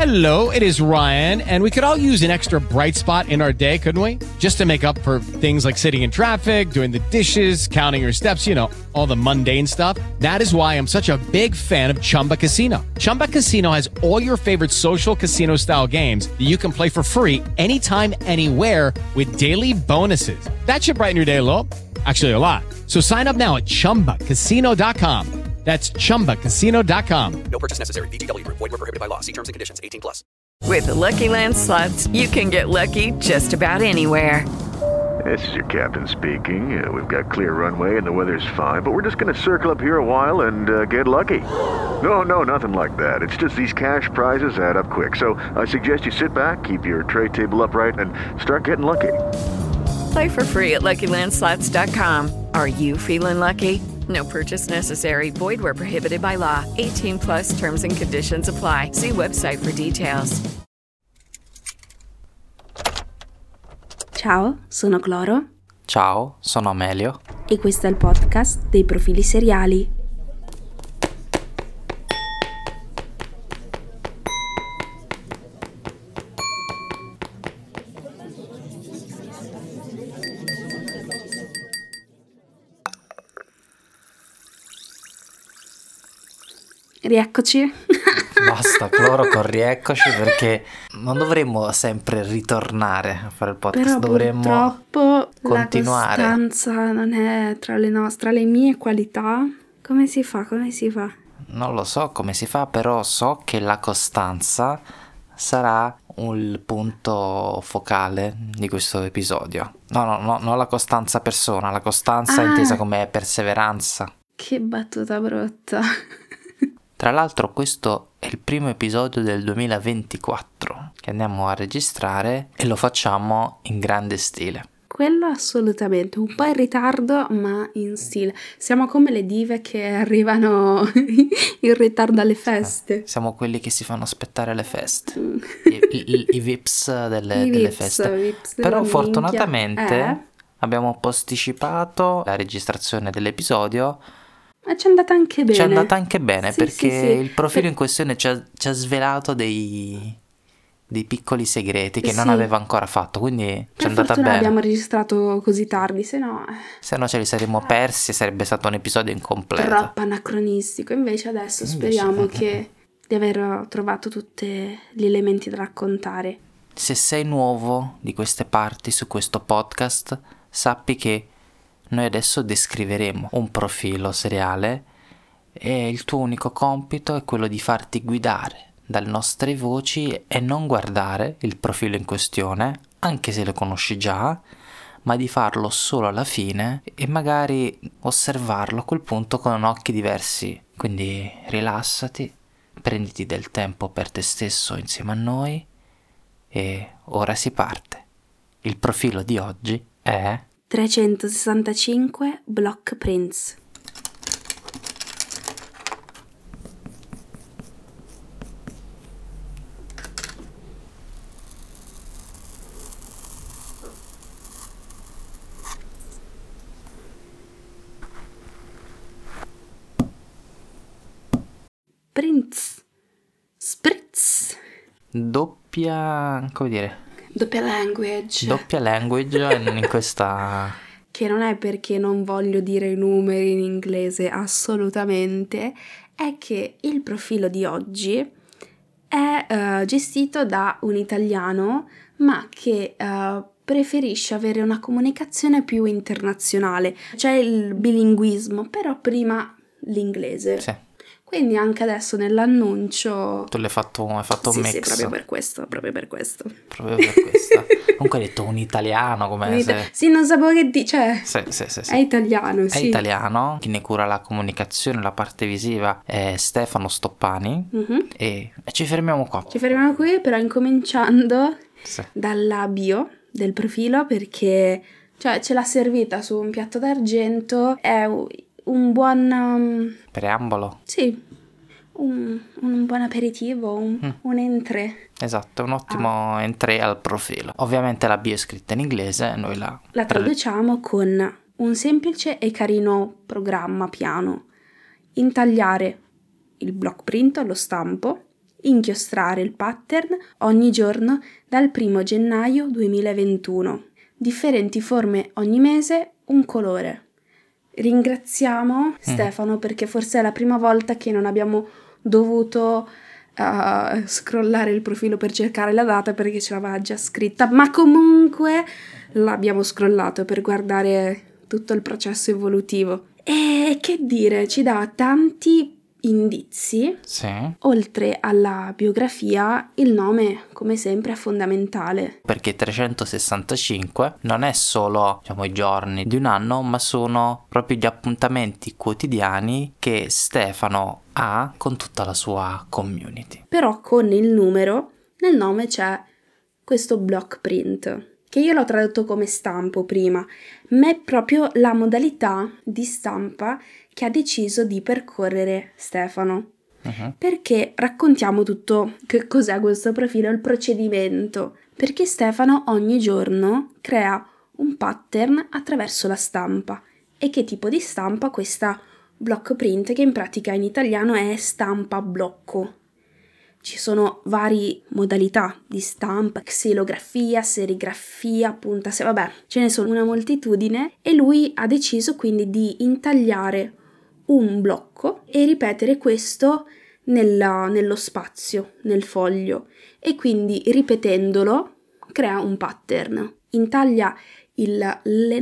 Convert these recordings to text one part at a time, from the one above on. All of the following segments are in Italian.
Hello, it is Ryan, and we could all use an extra bright spot in our day, couldn't we? Just to make up for things like sitting in traffic, doing the dishes, counting your steps, you know, all the mundane stuff. That is why I'm such a big fan of Chumba Casino. Chumba Casino has all your favorite social casino-style games that you can play for free anytime, anywhere with daily bonuses. That should brighten your day a little. Actually, a lot. So sign up now at ChumbaCasino.com. That's ChumbaCasino.com. No purchase necessary. VGW Group. Void where prohibited by law. See terms and conditions. 18+. With the Lucky Land Slots, you can get lucky just about anywhere. This is your captain speaking. We've got clear runway and the weather's fine, but we're just going to circle up here a while and get lucky. No, nothing like that. It's just these cash prizes add up quick. So I suggest you sit back, keep your tray table upright, and start getting lucky. Play for free at LuckyLandSlots.com. Are you feeling lucky? No purchase necessary. Void where prohibited by law. 18+ terms and conditions apply. See website for details. Ciao, sono Cloro. Ciao, sono Amelio. E questo è il podcast dei profili seriali. Rieccoci. Basta, Cloro, con rieccoci, perché non dovremmo sempre ritornare a fare il podcast. Però dovremmo purtroppo continuare. La costanza non è tra le mie qualità. Come si fa? Non lo so come si fa, però so che la costanza sarà il punto focale di questo episodio. No, non la costanza persona, la costanza intesa come perseveranza. Che battuta brutta. Tra l'altro questo è il primo episodio del 2024 che andiamo a registrare e lo facciamo in grande stile. Quello assolutamente, un po' in ritardo ma in stile. Siamo come le dive che arrivano in ritardo alle feste. Siamo quelli che si fanno aspettare le feste, i VIPs delle feste. VIPs però della fortunatamente abbiamo posticipato la registrazione dell'episodio. Ma ci è andata anche bene. Ci è andata anche bene, sì, perché sì. il profilo in questione ci ha svelato dei piccoli segreti che non aveva ancora fatto, quindi ci è andata bene. Abbiamo registrato così tardi, se no ce li saremmo persi e sarebbe stato un episodio incompleto. Troppo anacronistico. Invece adesso speriamo di aver trovato tutti gli elementi da raccontare. Se sei nuovo di queste parti su questo podcast, sappi che noi adesso descriveremo un profilo seriale e il tuo unico compito è quello di farti guidare dalle nostre voci e non guardare il profilo in questione, anche se lo conosci già, ma di farlo solo alla fine e magari osservarlo a quel punto con occhi diversi. Quindi rilassati, prenditi del tempo per te stesso insieme a noi e ora si parte. Il profilo di oggi è 365 Block Prince. Prince. Spritz. Doppia language in questa... Che non è perché non voglio dire i numeri in inglese, assolutamente, è che il profilo di oggi è gestito da un italiano, ma che preferisce avere una comunicazione più internazionale. C'è il bilinguismo, però prima l'inglese. Sì. Quindi anche adesso nell'annuncio... Tu hai fatto un mix. Sì, proprio per questo. Comunque hai detto un italiano, come se... Sì, non sapevo che dice. Sì. È italiano, sì. È italiano. Chi ne cura la comunicazione, la parte visiva è Stefano Stoppani. E ci fermiamo qua. Ci fermiamo qui, però incominciando dalla bio del profilo, perché ce l'ha servita su un piatto d'argento. È un buon... preambolo. Sì, un buon aperitivo, un entrée. Esatto, un ottimo entrée al profilo. Ovviamente la bio è scritta in inglese, noi la traduciamo con un semplice e carino programma piano. Intagliare il block print allo stampo, inchiostrare il pattern ogni giorno dal 1 gennaio 2021. Differenti forme ogni mese, un colore. Ringraziamo Stefano perché forse è la prima volta che non abbiamo dovuto scrollare il profilo per cercare la data perché ce l'aveva già scritta, ma comunque l'abbiamo scrollato per guardare tutto il processo evolutivo. E che dire, ci dà tanti indizi. Sì. Oltre alla biografia, il nome, come sempre, è fondamentale. Perché 365 non è solo, diciamo, i giorni di un anno, ma sono proprio gli appuntamenti quotidiani che Stefano ha con tutta la sua community. Però con il numero, nel nome c'è questo block print, che io l'ho tradotto come stampo prima, ma è proprio la modalità di stampa che ha deciso di percorrere Stefano. Perché raccontiamo tutto che cos'è questo profilo, il procedimento. Perché Stefano ogni giorno crea un pattern attraverso la stampa. E che tipo di stampa? Questa block print, che in pratica in italiano è stampa a blocco. Ci sono varie modalità di stampa, xilografia, serigrafia, punta, vabbè, ce ne sono una moltitudine e lui ha deciso quindi di intagliare un blocco e ripetere questo nello spazio, nel foglio, e quindi ripetendolo crea un pattern. Intaglia il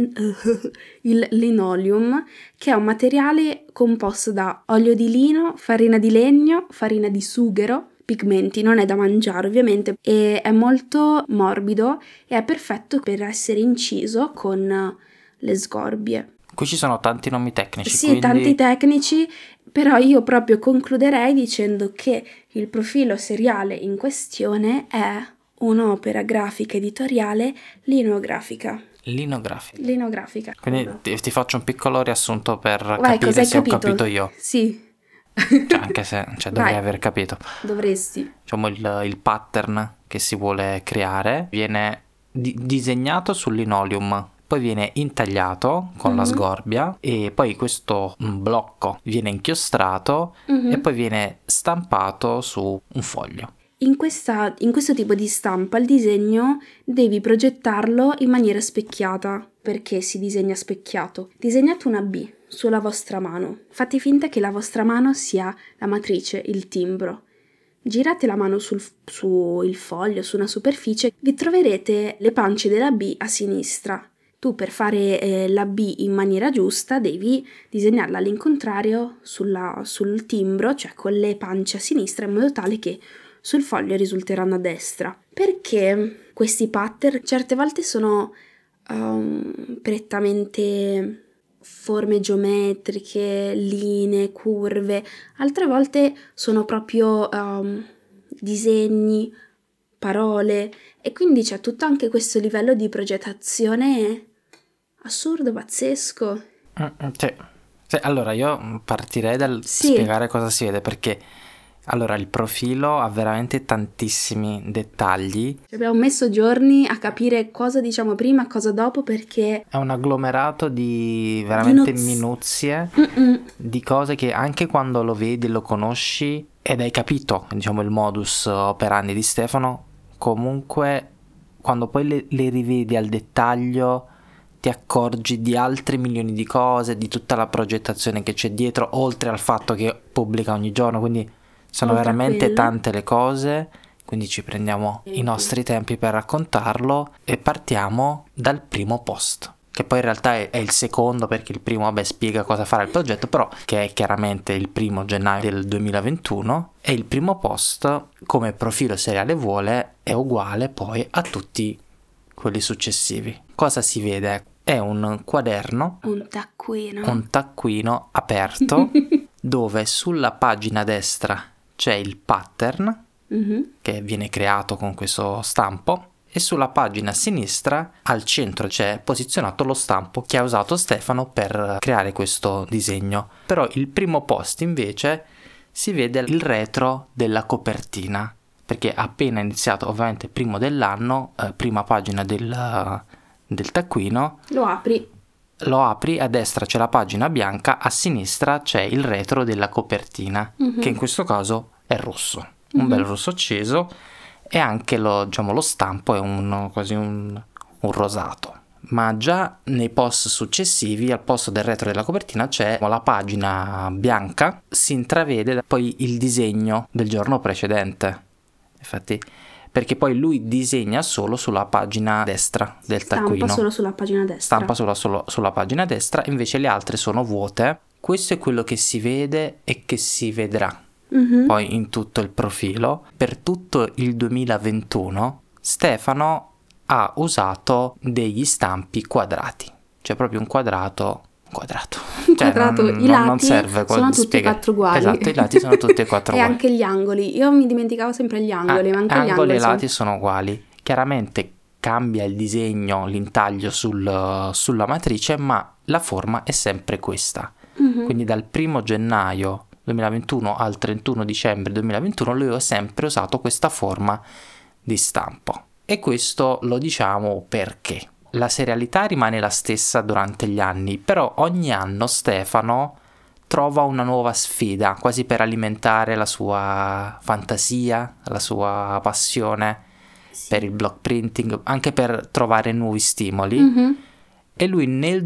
linoleum, che è un materiale composto da olio di lino, farina di legno, farina di sughero, pigmenti, non è da mangiare ovviamente, e è molto morbido e è perfetto per essere inciso con le sgorbie. Qui ci sono tanti nomi tecnici. Sì, quindi... tanti tecnici, però io proprio concluderei dicendo che il profilo seriale in questione è un'opera grafica editoriale linografica. Linografica. Quindi ti faccio un piccolo riassunto per Vai, capire se ho capito io. Sì. Cioè, anche se dovrei aver capito. Dovresti. Diciamo il pattern che si vuole creare viene disegnato sul linoleum, poi viene intagliato con la sgorbia e poi questo blocco viene inchiostrato e poi viene stampato su un foglio. In questo tipo di stampa il disegno devi progettarlo in maniera specchiata. Perché si disegna specchiato? Disegnate una B sulla vostra mano. Fate finta che la vostra mano sia la matrice, il timbro. Girate la mano sul foglio, su una superficie, vi troverete le pance della B a sinistra. Tu per fare la B in maniera giusta devi disegnarla all'incontrario sul timbro, cioè con le pance a sinistra, in modo tale che sul foglio risulteranno a destra. Perché questi pattern certe volte sono prettamente forme geometriche, linee, curve, altre volte sono proprio disegni, parole, e quindi c'è tutto anche questo livello di progettazione assurdo, pazzesco. Sì, allora io partirei dal spiegare cosa si vede, perché allora il profilo ha veramente tantissimi dettagli. Abbiamo messo giorni a capire cosa diciamo prima, cosa dopo, perché è un agglomerato di veramente minuzie, di cose che anche quando lo vedi, lo conosci ed hai capito, diciamo, il modus operandi di Stefano, comunque quando poi le rivedi al dettaglio ti accorgi di altri milioni di cose, di tutta la progettazione che c'è dietro, oltre al fatto che pubblica ogni giorno, quindi sono veramente tante le cose, quindi ci prendiamo i nostri tempi per raccontarlo e partiamo dal primo post, che poi in realtà è il secondo, perché il primo spiega cosa farà il progetto, però che è chiaramente il 1 gennaio del 2021, e il primo post, come profilo seriale vuole, è uguale poi a tutti quelli successivi. Cosa si vede? È un quaderno, un taccuino aperto dove sulla pagina destra c'è il pattern che viene creato con questo stampo, e sulla pagina sinistra al centro c'è posizionato lo stampo che ha usato Stefano per creare questo disegno. Però il primo post invece si vede il retro della copertina, perché appena iniziato, ovviamente primo dell'anno, prima pagina del taccuino, lo apri, a destra c'è la pagina bianca, a sinistra c'è il retro della copertina, che in questo caso è rosso. un bel rosso acceso, e anche lo stampo è quasi un rosato. Ma già nei post successivi, al posto del retro della copertina, c'è la pagina bianca, si intravede poi il disegno del giorno precedente. Infatti, perché poi lui disegna solo sulla pagina destra del taccuino. Stampa solo sulla pagina destra. Stampa solo sulla pagina destra, invece le altre sono vuote. Questo è quello che si vede e che si vedrà poi in tutto il profilo. Per tutto il 2021 Stefano ha usato degli stampi quadrati, cioè proprio un quadrato. Cioè I lati non serve sono tutti e 4 uguali. Esatto, i lati sono tutti e 4 e uguali. anche gli angoli, io mi dimenticavo sempre gli angoli, ma anche gli angoli e lati sono uguali. Chiaramente cambia il disegno, l'intaglio sulla matrice, ma la forma è sempre questa. Quindi dal 1 gennaio 2021 al 31 dicembre 2021 lui ha sempre usato questa forma di stampo. E questo lo diciamo perché la serialità rimane la stessa durante gli anni, però ogni anno Stefano trova una nuova sfida, quasi per alimentare la sua fantasia, la sua passione per il block printing, anche per trovare nuovi stimoli. E lui nel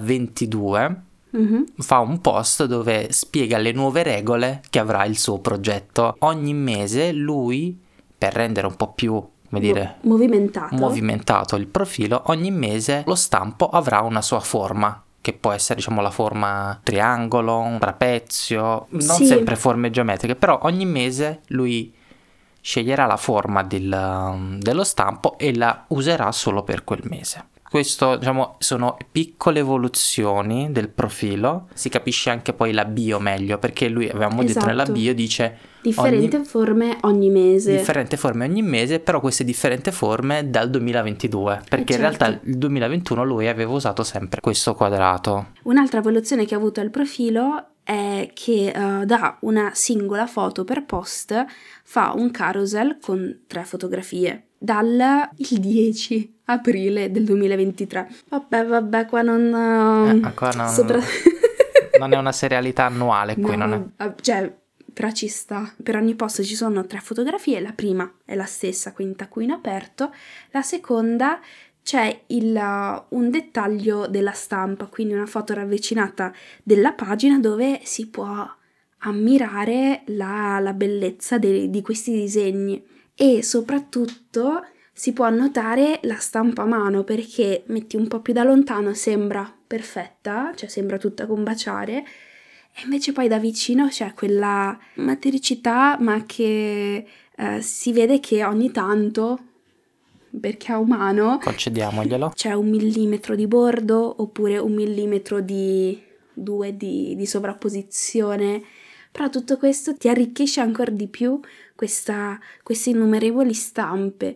2022 fa un post dove spiega le nuove regole che avrà il suo progetto. Ogni mese lui, per rendere un po' più, come dire, movimentato il profilo, ogni mese lo stampo avrà una sua forma, che può essere la forma triangolo, un trapezio, non sempre forme geometriche, però ogni mese lui sceglierà la forma dello stampo e la userà solo per quel mese. Questo, sono piccole evoluzioni del profilo. Si capisce anche poi la bio meglio, perché lui, avevamo detto nella bio, dice differenti forme ogni mese. Differenti forme ogni mese, però queste differenti forme dal 2022, perché in realtà il 2021 lui aveva usato sempre questo quadrato. Un'altra evoluzione che ha avuto il profilo è che da una singola foto per post fa un carousel con 3 fotografie dal il 10 aprile del 2023. Vabbè, qua non non è una serialità annuale qui, no, non è. Cioè, però ci sta. Per ogni post ci sono 3 fotografie, la prima è la stessa, quindi taccuino aperto, la seconda c'è un dettaglio della stampa, quindi una foto ravvicinata della pagina dove si può ammirare la bellezza di questi disegni, e soprattutto si può notare la stampa a mano, perché metti un po' più da lontano sembra perfetta, cioè sembra tutta combaciare, e invece poi da vicino c'è quella matericità, ma che si vede che ogni tanto, perché è umano, concediamoglielo, c'è 1 millimetro di bordo oppure 1 millimetro di sovrapposizione, però tutto questo ti arricchisce ancora di più queste innumerevoli stampe.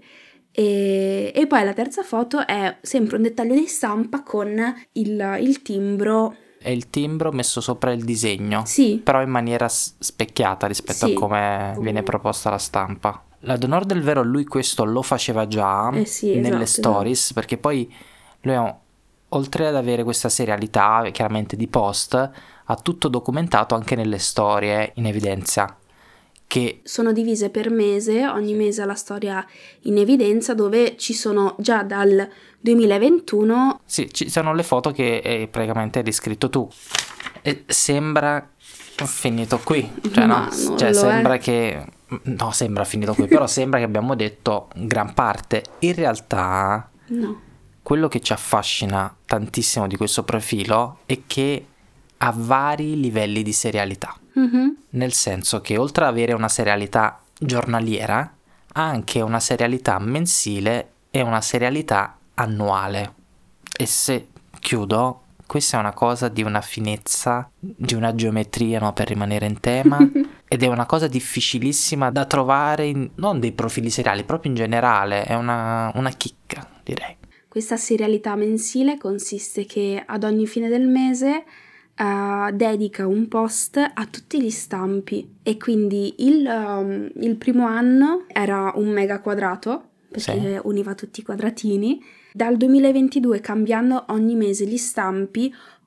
E poi la terza foto è sempre un dettaglio di stampa con il timbro. È il timbro messo sopra il disegno, sì, però in maniera specchiata rispetto a come viene proposta la stampa. Ad onor del vero, lui questo lo faceva già nelle stories, perché poi lui, oltre ad avere questa serialità chiaramente di post, ha tutto documentato anche nelle storie in evidenza, che sono divise per mese. Ogni mese ha la storia in evidenza, dove ci sono già dal 2021. Sì, ci sono le foto che praticamente hai descritto tu. E sembra finito qui, sembra che sembra finito qui, però sembra che abbiamo detto gran parte. In realtà no. Quello che ci affascina tantissimo di questo profilo è che ha vari livelli di serialità. Nel senso che oltre ad avere una serialità giornaliera, ha anche una serialità mensile e una serialità annuale. E se chiudo, questa è una cosa di una finezza, di una geometria, per rimanere in tema, ed è una cosa difficilissima da trovare non dei profili seriali, proprio in generale, è una chicca, direi. Questa serialità mensile consiste che ad ogni fine del mese dedica un post a tutti gli stampi, e quindi il primo anno era un mega quadrato, perché univa tutti i quadratini. Dal 2022, cambiando ogni mese gli stampi,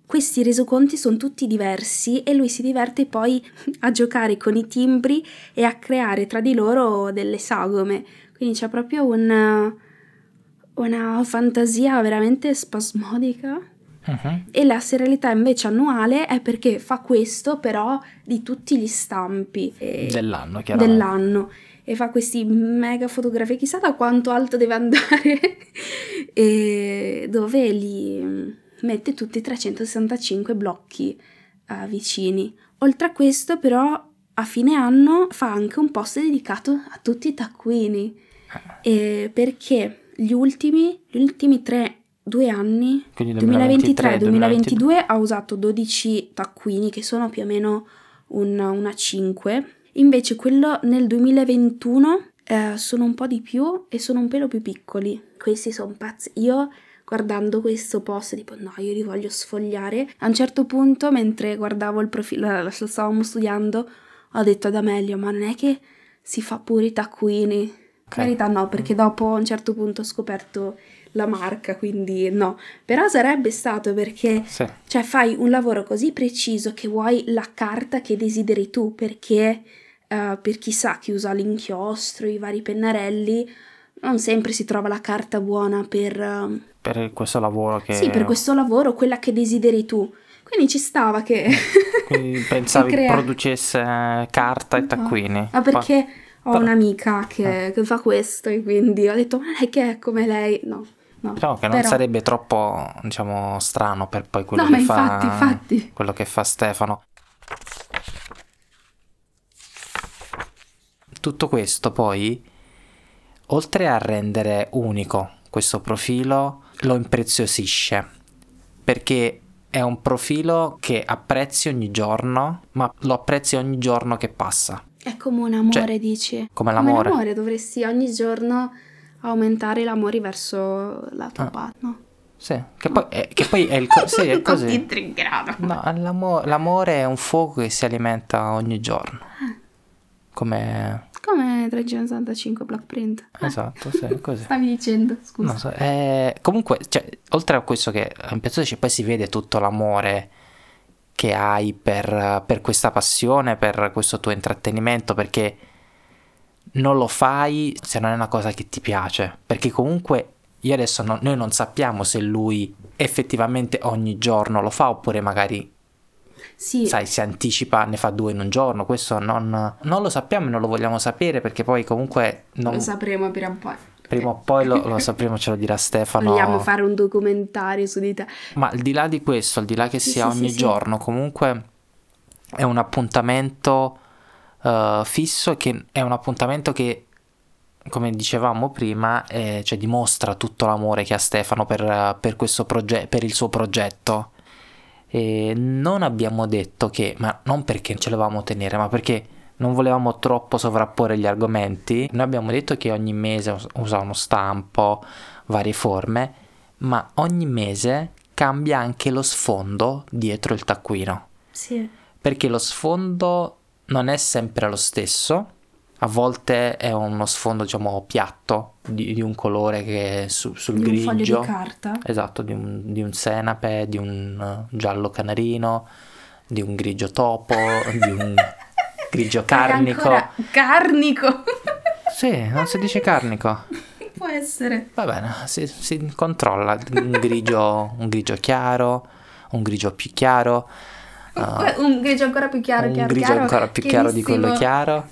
questi resoconti sono tutti diversi e lui si diverte poi a giocare con i timbri e a creare tra di loro delle sagome. Quindi c'è proprio una fantasia veramente spasmodica. E la serialità invece annuale è perché fa questo però di tutti gli stampi dell'anno, chiaramente. Dell'anno. E fa questi mega fotografie, chissà da quanto alto deve andare, e dove li mette tutti i 365 blocchi vicini. Oltre a questo però a fine anno fa anche un post dedicato a tutti i taccuini, perché gli ultimi 2 anni, quindi 2023-2022 ha usato 12 taccuini che sono più o meno una 5. Invece quello nel 2021 sono un po' di più e sono un pelo più piccoli. Questi sono pazzi. Io guardando questo post tipo no, io li voglio sfogliare. A un certo punto mentre guardavo il profilo, lo stavamo studiando, ho detto ad Amelia, ma non è che si fa pure i taccuini? In verità no, perché dopo a un certo punto ho scoperto la marca, quindi no. Però sarebbe stato perché cioè fai un lavoro così preciso che vuoi la carta che desideri tu, perché per chi sa chi usa l'inchiostro, i vari pennarelli, non sempre si trova la carta buona per questo lavoro che... Sì, per questo lavoro, quella che desideri tu. Quindi ci stava che... Quindi pensavi producesse carta e taccuini. Ma perché ho un'amica che fa questo e quindi ho detto, ma non è che è come lei, no. Diciamo che non sarebbe troppo, diciamo, strano per poi quello che infatti. Quello che fa Stefano. Tutto questo poi, oltre a rendere unico questo profilo, lo impreziosisce, perché è un profilo che apprezzi ogni giorno, ma lo apprezzi ogni giorno che passa. È come un amore, dici? Come l'amore. Come l'amore, dovresti ogni giorno aumentare l'amore verso la tua partner. Sì, che poi è il sì, è così. Così intrigado. No, l'amore è un fuoco che si alimenta ogni giorno. Come 365 block print. Esatto, sì, così. Stavi dicendo, scusa. No, comunque, cioè, oltre a questo che in piazza poi si vede tutto l'amore che hai per questa passione, per questo tuo intrattenimento, perché non lo fai se non è una cosa che ti piace, perché comunque io adesso noi non sappiamo se lui effettivamente ogni giorno lo fa oppure magari si anticipa, ne fa 2 in un giorno. Questo non lo sappiamo e non lo vogliamo sapere, perché poi comunque lo sapremo prima o poi lo sapremo, ce lo dirà Stefano. Vogliamo fare un documentario su di te. Ma al di là di questo, al di là che sia ogni giorno, comunque è un appuntamento fisso, che è un appuntamento che, come dicevamo prima, cioè dimostra tutto l'amore che ha Stefano per questo per il suo progetto. E non abbiamo detto che, ma non perché ce l'avevamo tenere, ma perché non volevamo troppo sovrapporre gli argomenti. Noi abbiamo detto che ogni mese usa uno stampo, varie forme, ma ogni mese cambia anche lo sfondo dietro il taccuino. Sì. Perché lo sfondo non è sempre lo stesso. A volte è uno sfondo, diciamo, piatto di un colore che sul grigio. Di un foglio di carta. Esatto, di un senape, di un giallo canarino, di un grigio topo, di un grigio carnico. Carnico? Sì, non si dice carnico. Può essere. Va bene, si controlla. Un grigio chiaro, un grigio più chiaro. Un grigio ancora più chiaro. Ancora più chiaro di quello chiaro.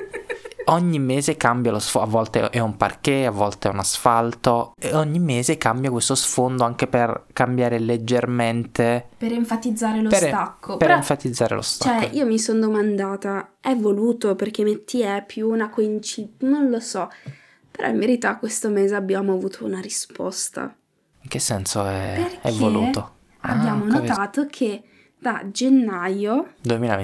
Ogni mese cambia lo sfondo, a volte è un parquet, a volte è un asfalto, e ogni mese cambia questo sfondo anche per cambiare leggermente, per enfatizzare lo stacco. Per enfatizzare lo stacco. Cioè, io mi sono domandata, è voluto perché metti è più una coincidenza, non lo so, però in verità questo mese abbiamo avuto una risposta. In che senso è voluto? Abbiamo notato che da gennaio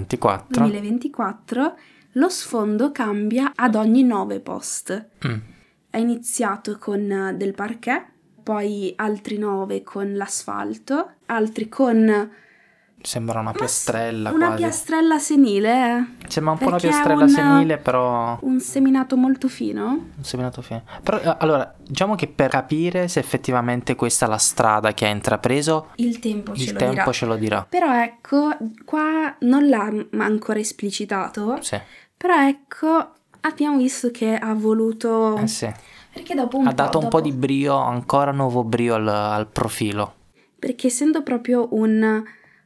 2024 lo sfondo cambia ad ogni 9 post. È iniziato con del parquet, poi altri 9 con l'asfalto, altri con Sembra una piastrella una quasi. piastrella senile. Sembra un po' una Perché è piastrella senile, però un seminato molto fino. un seminato fine. Però allora, diciamo che per capire se effettivamente questa è la strada che ha intrapreso, Il tempo ce il lo tempo dirà. ce lo dirà. Però ecco, qua non l'ha ancora esplicitato. Sì. Però ecco, abbiamo visto che ha voluto... Eh sì. Perché dopo un Ha po'... dato un po' dopo- di brio, ancora nuovo brio al profilo. Perché essendo proprio una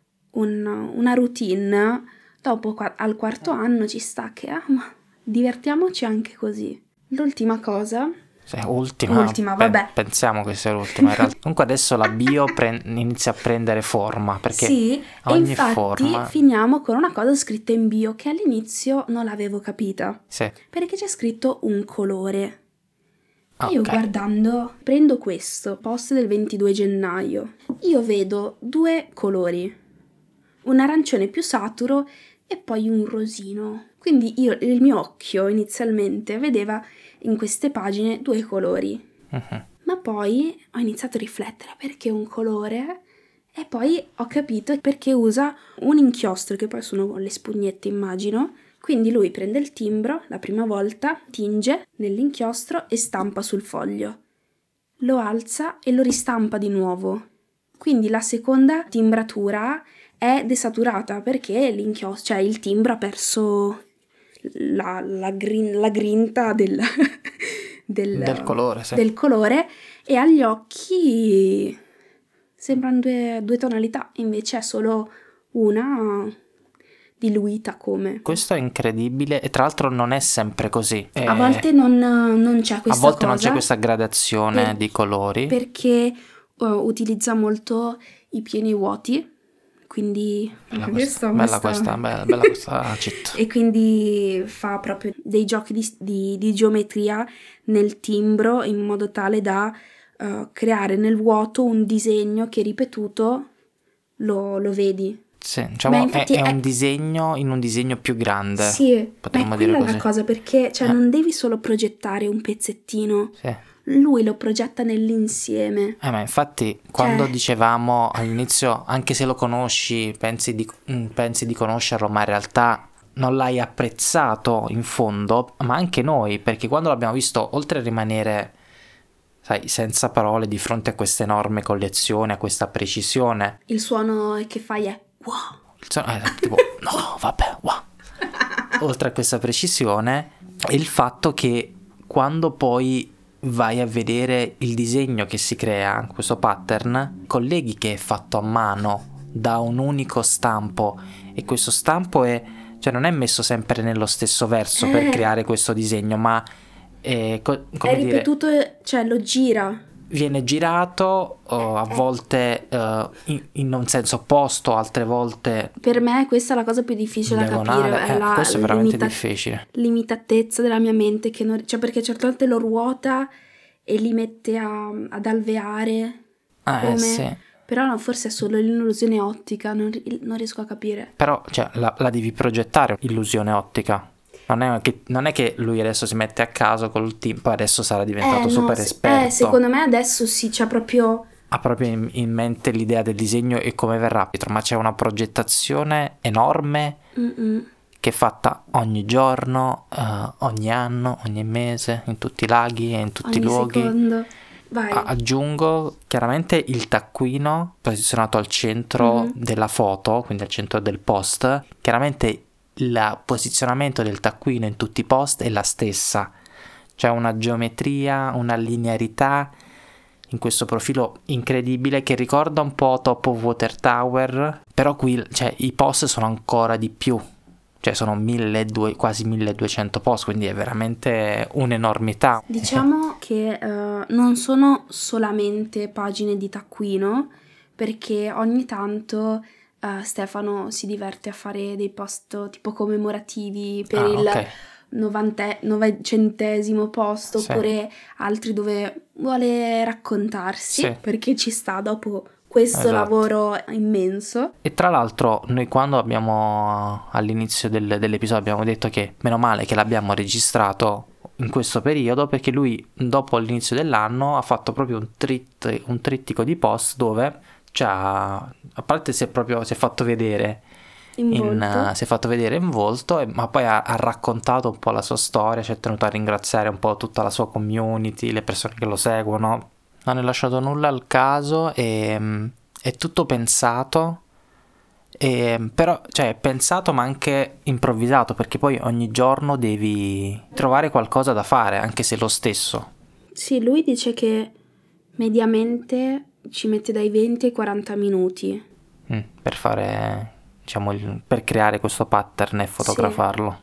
routine, dopo al quarto anno ci sta che, ma divertiamoci anche così. L'ultima cosa, Sì, ultima, vabbè. pensiamo che sia l'ultima in realtà. Comunque adesso la bio inizia a prendere forma, perché sì, e ogni infatti forma... finiamo con una cosa scritta in bio che all'inizio non l'avevo capita, Sì. perché c'è scritto un colore. Io Ok. guardando, prendo questo post del 22 gennaio, io vedo due colori, un arancione più saturo e poi un rosino. Quindi il mio occhio inizialmente vedeva in queste pagine due colori, Mhm. ma poi ho iniziato a riflettere perché un colore e poi ho capito perché usa un inchiostro, che poi sono le spugnette immagino. Quindi lui prende il timbro la prima volta, tinge nell'inchiostro e stampa sul foglio. Lo alza e lo ristampa di nuovo. Quindi la seconda timbratura è desaturata perché l'inchiostro, cioè il timbro ha perso la grinta del colore, sì. del colore, e agli occhi sembrano due tonalità, invece è solo una diluita come. Questo è incredibile e tra l'altro non è sempre così. A volte non c'è questa a volte cosa. non c'è questa gradazione per- di colori. Perché utilizza molto i pieni vuoti, quindi Bella questo- bella questa cheat. e quindi fa proprio dei giochi di geometria nel timbro in modo tale da creare nel vuoto un disegno che ripetuto lo vedi. Sì, Ma diciamo infatti è un disegno in un disegno più grande. Sì, ma potremmo è dire quella così. la cosa, perché cioè, non devi solo progettare un pezzettino, Sì. lui lo progetta nell'insieme. Ma infatti quando Cioè- dicevamo all'inizio, anche se lo conosci, pensi di conoscerlo, ma in realtà non l'hai apprezzato in fondo, ma anche noi, perché quando l'abbiamo visto, oltre a rimanere, sai, senza parole di fronte a questa enorme collezione, a questa precisione, Il suono che fai è wow. il suono è tipo, no, vabbè, wow. Oltre a questa precisione, è il fatto che quando poi vai a vedere il disegno che si crea, questo pattern, colleghi che è fatto a mano da un unico stampo, e questo stampo cioè non è messo sempre nello stesso verso per creare questo disegno, ma come È dire, ripetuto, cioè lo gira. viene girato a volte in un senso opposto, altre volte Per me questa è la cosa più difficile da diagonale. capire, è la Questo è veramente difficile. limitatezza della mia mente, che non, cioè perché certe volte lo ruota e li mette ad alveare, come, Sì. però no, forse è solo l'illusione ottica, non riesco a capire. Però cioè, la devi progettare, illusione ottica. Non è che lui adesso si mette a caso col team, poi adesso sarà diventato No, super esperto. secondo me adesso sì, c'è proprio... Ha proprio in mente l'idea del disegno e come verrà, ma c'è una progettazione enorme che è fatta ogni giorno, ogni anno, ogni mese, in tutti i laghi e in tutti i ogni luoghi. secondo. Vai. Aggiungo chiaramente il taccuino posizionato al centro della foto, quindi al centro del post. Chiaramente il posizionamento del taccuino in tutti i post è la stessa. C'è una geometria, una linearità in questo profilo incredibile che ricorda un po' Top of Water Tower, però qui cioè, i post sono ancora di più. Cioè sono quasi 1200 post, quindi è veramente un'enormità. Diciamo che non sono solamente pagine di taccuino, perché ogni tanto Stefano si diverte a fare dei post tipo commemorativi per il Ok. 900° posto, Sì. oppure altri dove vuole raccontarsi, Sì. perché ci sta dopo questo Esatto. lavoro immenso. E tra l'altro noi quando abbiamo all'inizio dell'episodio abbiamo detto che meno male che l'abbiamo registrato in questo periodo, perché lui dopo l'inizio dell'anno ha fatto proprio un trittico di post dove cioè a parte si è fatto vedere In si è fatto vedere in volto, ma poi ha raccontato un po' la sua storia, ci è tenuto a ringraziare un po' tutta la sua community, le persone che lo seguono. Non è lasciato nulla al caso e è tutto pensato, però cioè è pensato ma anche improvvisato, perché poi ogni giorno devi trovare qualcosa da fare, anche se lo stesso. Sì, lui dice che mediamente ci mette dai 20 ai 40 minuti. Per fare, diciamo, per creare questo pattern e fotografarlo.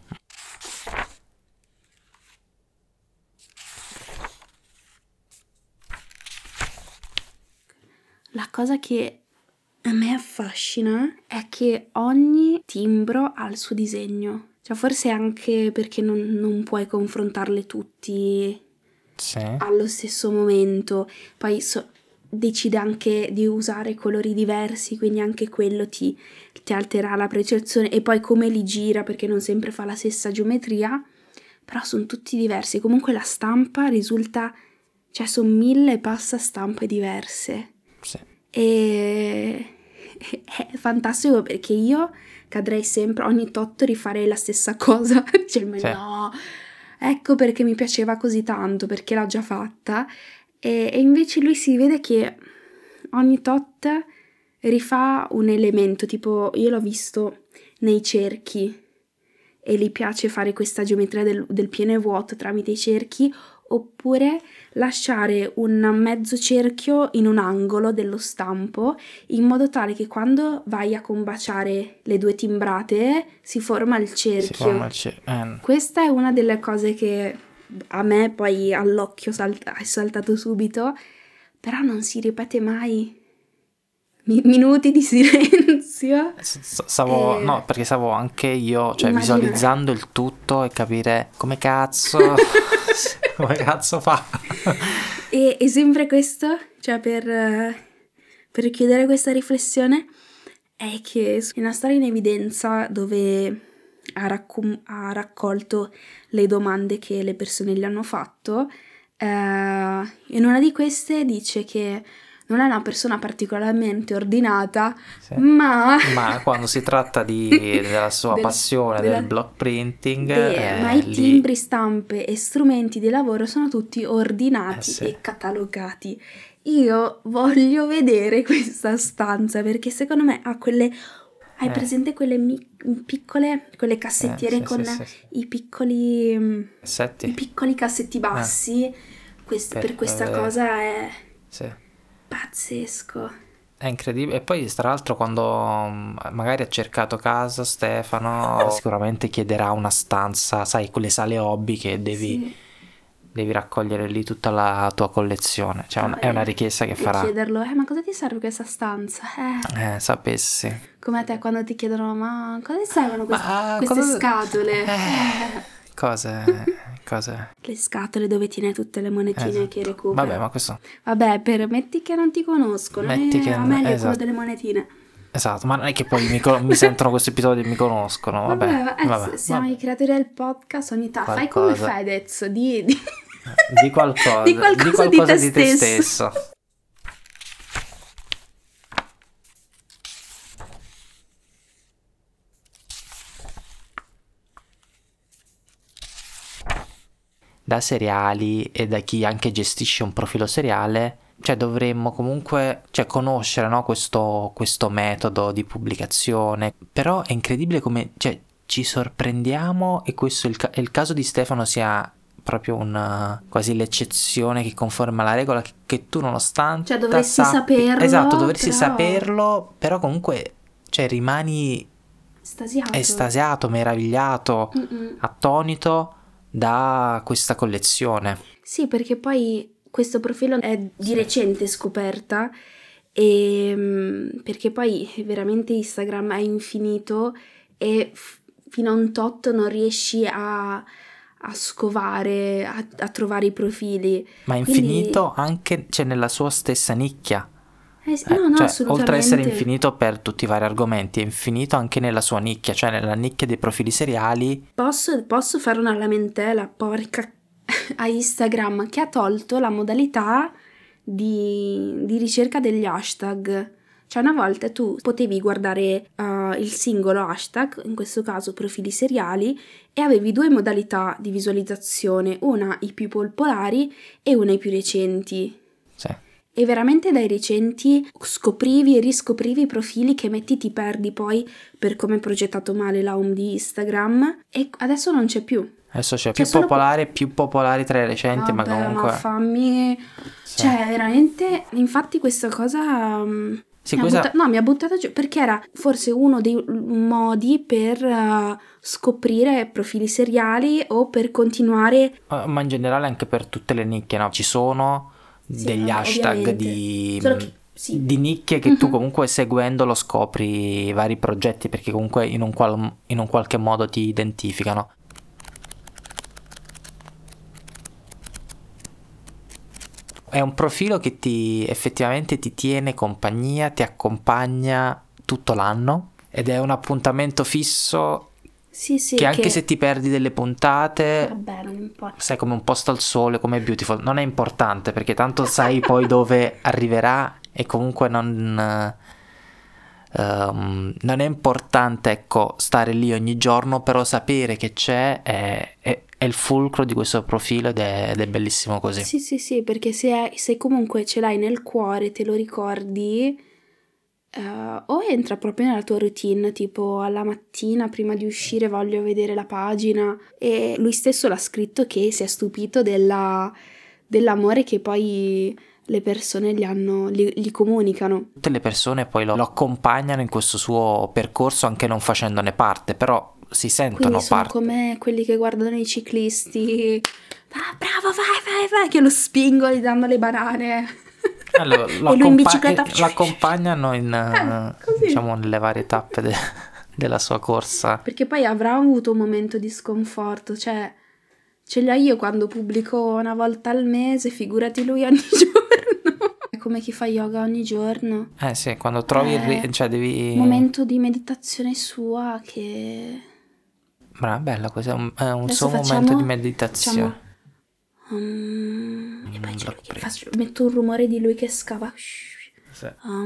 La cosa che a me affascina è che ogni timbro ha il suo disegno. Cioè, forse anche perché non puoi confrontarle tutti Sì. allo stesso momento. Poi decide anche di usare colori diversi, quindi anche quello ti altererà la percezione. E poi come li gira, perché non sempre fa la stessa geometria, però sono tutti diversi. Comunque la stampa risulta, cioè sono 1000 e passa stampe diverse. Sì. E è fantastico, perché io cadrei sempre, ogni tot rifarei la stessa cosa. Cioè, ma Sì. no, ecco perché mi piaceva così tanto, perché l'ha già fatta. E invece lui si vede che ogni tot rifà un elemento, tipo io l'ho visto nei cerchi e gli piace fare questa geometria del pieno e vuoto tramite i cerchi, oppure lasciare un mezzo cerchio in un angolo dello stampo, in modo tale che quando vai a combaciare le due timbrate si forma il cerchio. Si forma Questa è una delle cose che a me poi all'occhio è saltato subito, però non si ripete mai. Minuti di silenzio. No, perché stavo anche io, cioè, Immaginare. visualizzando il tutto e capire come cazzo fa. E sempre questo, cioè per chiudere questa riflessione, è che è una storia in evidenza dove ha raccolto le domande che le persone gli hanno fatto. In una di queste dice che non è una persona particolarmente ordinata, Sì. ma quando si tratta della sua passione del block printing, ma i lì- timbri, stampe e strumenti di lavoro sono tutti ordinati Sì. e catalogati. Io voglio vedere questa stanza, perché secondo me ha quelle... Hai presente quelle piccole, quelle cassettiere sì, con sì. i piccoli... Cassetti? I piccoli cassetti bassi? Per questa cosa è Sì. pazzesco. È incredibile. E poi tra l'altro quando magari ha cercato casa Stefano sicuramente chiederà una stanza, sai, quelle sale hobby che devi raccogliere lì tutta la tua collezione, cioè è una richiesta che farà. Chiederlo, ma cosa ti serve questa stanza? Sapessi. Come a te quando ti chiedono, ma cosa ti servono queste cosa- scatole? Cose. Le scatole dove tiene tutte le monetine che recupera. Vabbè, ma questo. Vabbè, metti che non ti conoscono, Metti che a me le esatto. delle monetine. Esatto, ma non è che poi mi sentono questo episodio e mi conoscono. Vabbè. Siamo i creatori del podcast, ogni tanto fai come Qualcosa. Fedez, di qualcosa, di qualcosa di te stesso. Da seriali e da chi anche gestisce un profilo seriale, cioè dovremmo comunque conoscere, no, questo metodo di pubblicazione. Però è incredibile come ci sorprendiamo, e questo è il caso di Stefano sia proprio quasi l'eccezione che conferma la regola, che tu nonostante dovresti saperlo. Esatto, dovresti saperlo, però comunque rimani estasiato, meravigliato, attonito da questa collezione. Sì, perché poi questo profilo è di recente scoperta, e perché poi veramente Instagram è infinito e fino a un tot non riesci a scovare, a trovare i profili. Ma è infinito anche nella sua stessa nicchia. No, assolutamente. Oltre ad essere infinito per tutti i vari argomenti, è infinito anche nella sua nicchia, cioè nella nicchia dei profili seriali. Posso fare una lamentela, porca, a Instagram, che ha tolto la modalità di ricerca degli hashtag. Cioè una volta tu potevi guardare il singolo hashtag, in questo caso profili seriali, e avevi 2 modalità di visualizzazione, una i più popolari e una i più recenti. Sì. E veramente dai recenti scoprivi e riscoprivi i profili che metti ti perdi poi per come è progettato male la home di Instagram, e adesso non c'è più. Adesso c'è Cioè, più popolari tra i recenti, ma Vabbè, comunque... ma fammi... Sì. Cioè, veramente... Infatti questa cosa... Sì, mi ha buttato giù, perché era forse uno dei modi per scoprire profili seriali o per continuare... Ma in generale anche per tutte le nicchie, no? Ci sono degli hashtag ovviamente. Sì. di nicchie che tu comunque seguendolo scopri vari progetti, perché comunque in un qualche modo ti identificano. È un profilo che effettivamente ti tiene compagnia, ti accompagna tutto l'anno, ed è un appuntamento fisso. Sì, che anche se ti perdi delle puntate, vabbè, non importa. sai, come un posto al sole, come Beautiful, non è importante, perché tanto sai poi dove arriverà, e comunque non è importante, ecco, stare lì ogni giorno, però sapere che c'è è il fulcro di questo profilo, ed è bellissimo così. Sì, perché se comunque ce l'hai nel cuore, te lo ricordi, o entra proprio nella tua routine, tipo alla mattina prima di uscire voglio vedere la pagina, e lui stesso l'ha scritto che si è stupito dell'amore che poi le persone gli comunicano. Tutte le persone poi lo accompagnano in questo suo percorso, anche non facendone parte, però si sentono Quindi sono parte. come quelli che guardano i ciclisti, bravo, vai, che lo spingono, gli danno le banane. Allora, E lui in bicicletta l'accompagnano così. diciamo, nelle varie tappe della sua corsa. Perché poi avrà avuto un momento di sconforto, cioè ce l'ho io quando pubblico una volta al mese, figurati lui ogni giorno. È come chi fa yoga ogni giorno. Sì, quando trovi cioè devi... Momento di meditazione sua che... Brava, bella, questo è un Adesso suo momento di meditazione. E poi metto un rumore di lui che scava. Sì.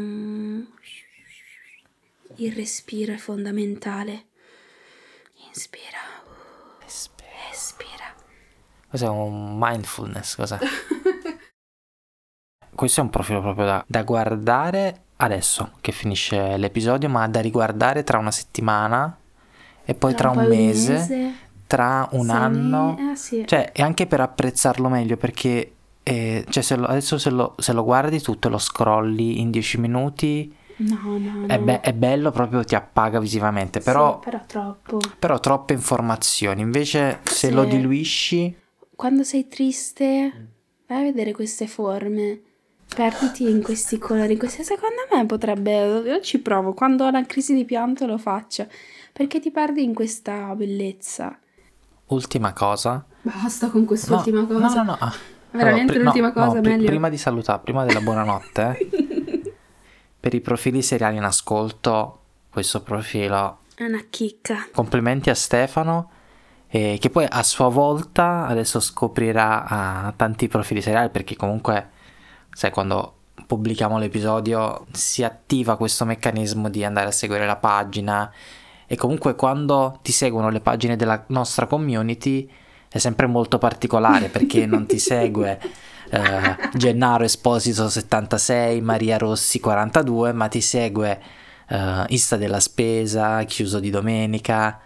Il respiro è fondamentale. Inspira. Espira. Cos'è un mindfulness? Cos'è? Questo è un profilo proprio da guardare adesso che finisce l'episodio, ma da riguardare tra una settimana, e poi tra un mese, tra un anno. Sì. Cioè, e anche per apprezzarlo meglio, perché cioè adesso se lo guardi tutto e lo scrolli in 10 minuti, no. è bello, proprio ti appaga visivamente, però, Sì, però troppo. però troppe informazioni. Invece se lo diluisci, quando sei triste vai a vedere queste forme, perditi in questi colori, secondo me potrebbe, io ci provo, quando ho la crisi di pianto lo faccio, perché ti perdi in questa bellezza. ultima cosa. Basta con quest'ultima cosa. No. Veramente l'ultima cosa, meglio. Prima di salutare, prima della buonanotte, per i profili seriali in ascolto, questo profilo, È una chicca. complimenti a Stefano, che poi a sua volta adesso scoprirà tanti profili seriali, perché comunque, sai, quando pubblichiamo l'episodio si attiva questo meccanismo di andare a seguire la pagina, e comunque quando ti seguono le pagine della nostra community è sempre molto particolare, perché non ti segue Gennaro Esposito 76, Maria Rossi 42, ma ti segue Ista della Spesa, Chiuso di Domenica,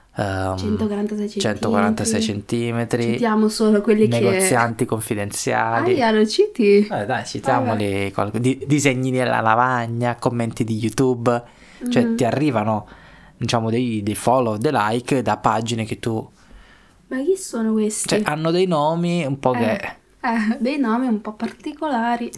146 centimetri, Citiamo solo quelli Negozianti confidenziali. lo citi? Dai, citiamoli. Disegnini alla lavagna, commenti di YouTube. Cioè ti arrivano, diciamo, dei follow, dei like da pagine che tu... Ma chi sono questi? Cioè hanno dei nomi un po' Dei nomi un po' particolari.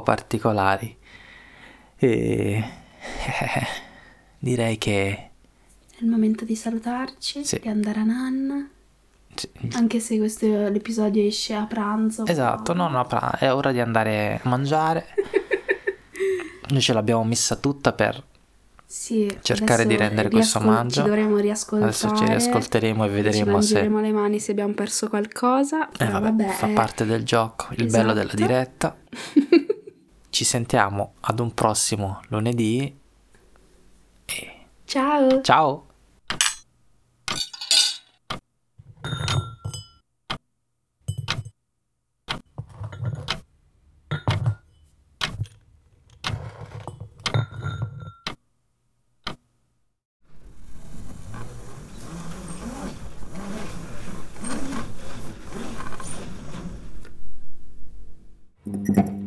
E direi che È il momento di salutarci, Sì. di andare a nanna. sì. Anche se l'episodio esce a pranzo. Esatto, è ora di andare a mangiare. Noi ce l'abbiamo messa tutta per cercare di rendere questo omaggio. Ci dovremo riascoltare. Adesso ci riascolteremo e vedremo ci se mangeremo le mani se abbiamo perso qualcosa. Però vabbè, fa parte del gioco, il bello della diretta. ci sentiamo ad un prossimo lunedì e Ciao! ciao! Thank you.